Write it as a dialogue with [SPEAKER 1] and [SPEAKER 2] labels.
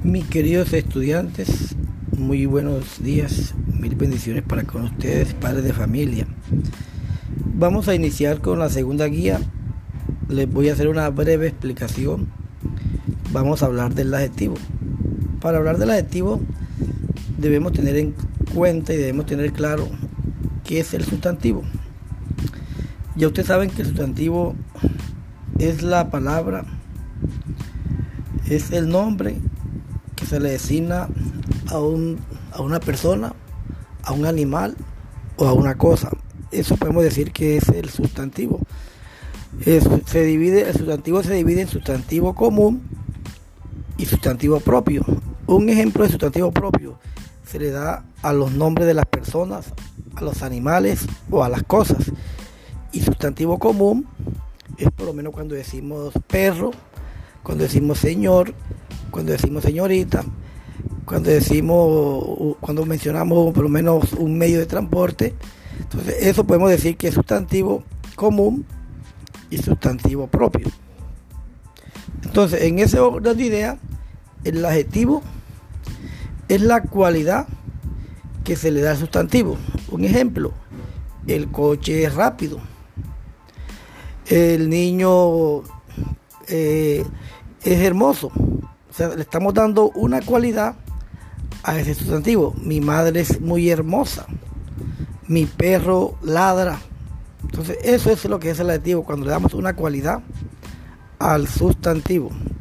[SPEAKER 1] Mis queridos estudiantes, muy buenos días, mil bendiciones para con ustedes, padres de familia. Vamos a iniciar con la segunda guía. Les voy a hacer una breve explicación. Vamos a hablar del adjetivo. Para hablar del adjetivo debemos tener en cuenta y debemos tener claro qué es el sustantivo. Ya ustedes saben que el sustantivo es la palabra, es el nombre que se le designa a una persona, a un animal o a una cosa. Eso podemos decir que es el sustantivo. El sustantivo se divide en sustantivo común y sustantivo propio. Un ejemplo de sustantivo propio se le da a los nombres de las personas, a los animales o a las cosas. Y sustantivo común es por lo menos cuando decimos perro, cuando decimos señor, cuando decimos señorita, cuando mencionamos por lo menos un medio de transporte. Entonces eso podemos decir que es sustantivo común y sustantivo propio. Entonces, en ese orden de idea, el adjetivo es la cualidad que se le da al sustantivo. Un ejemplo: el coche es rápido, el niño es hermoso. O sea, le estamos dando una cualidad a ese sustantivo. Mi madre es muy hermosa, mi perro ladra. Entonces eso es lo que es el adjetivo, cuando le damos una cualidad al sustantivo.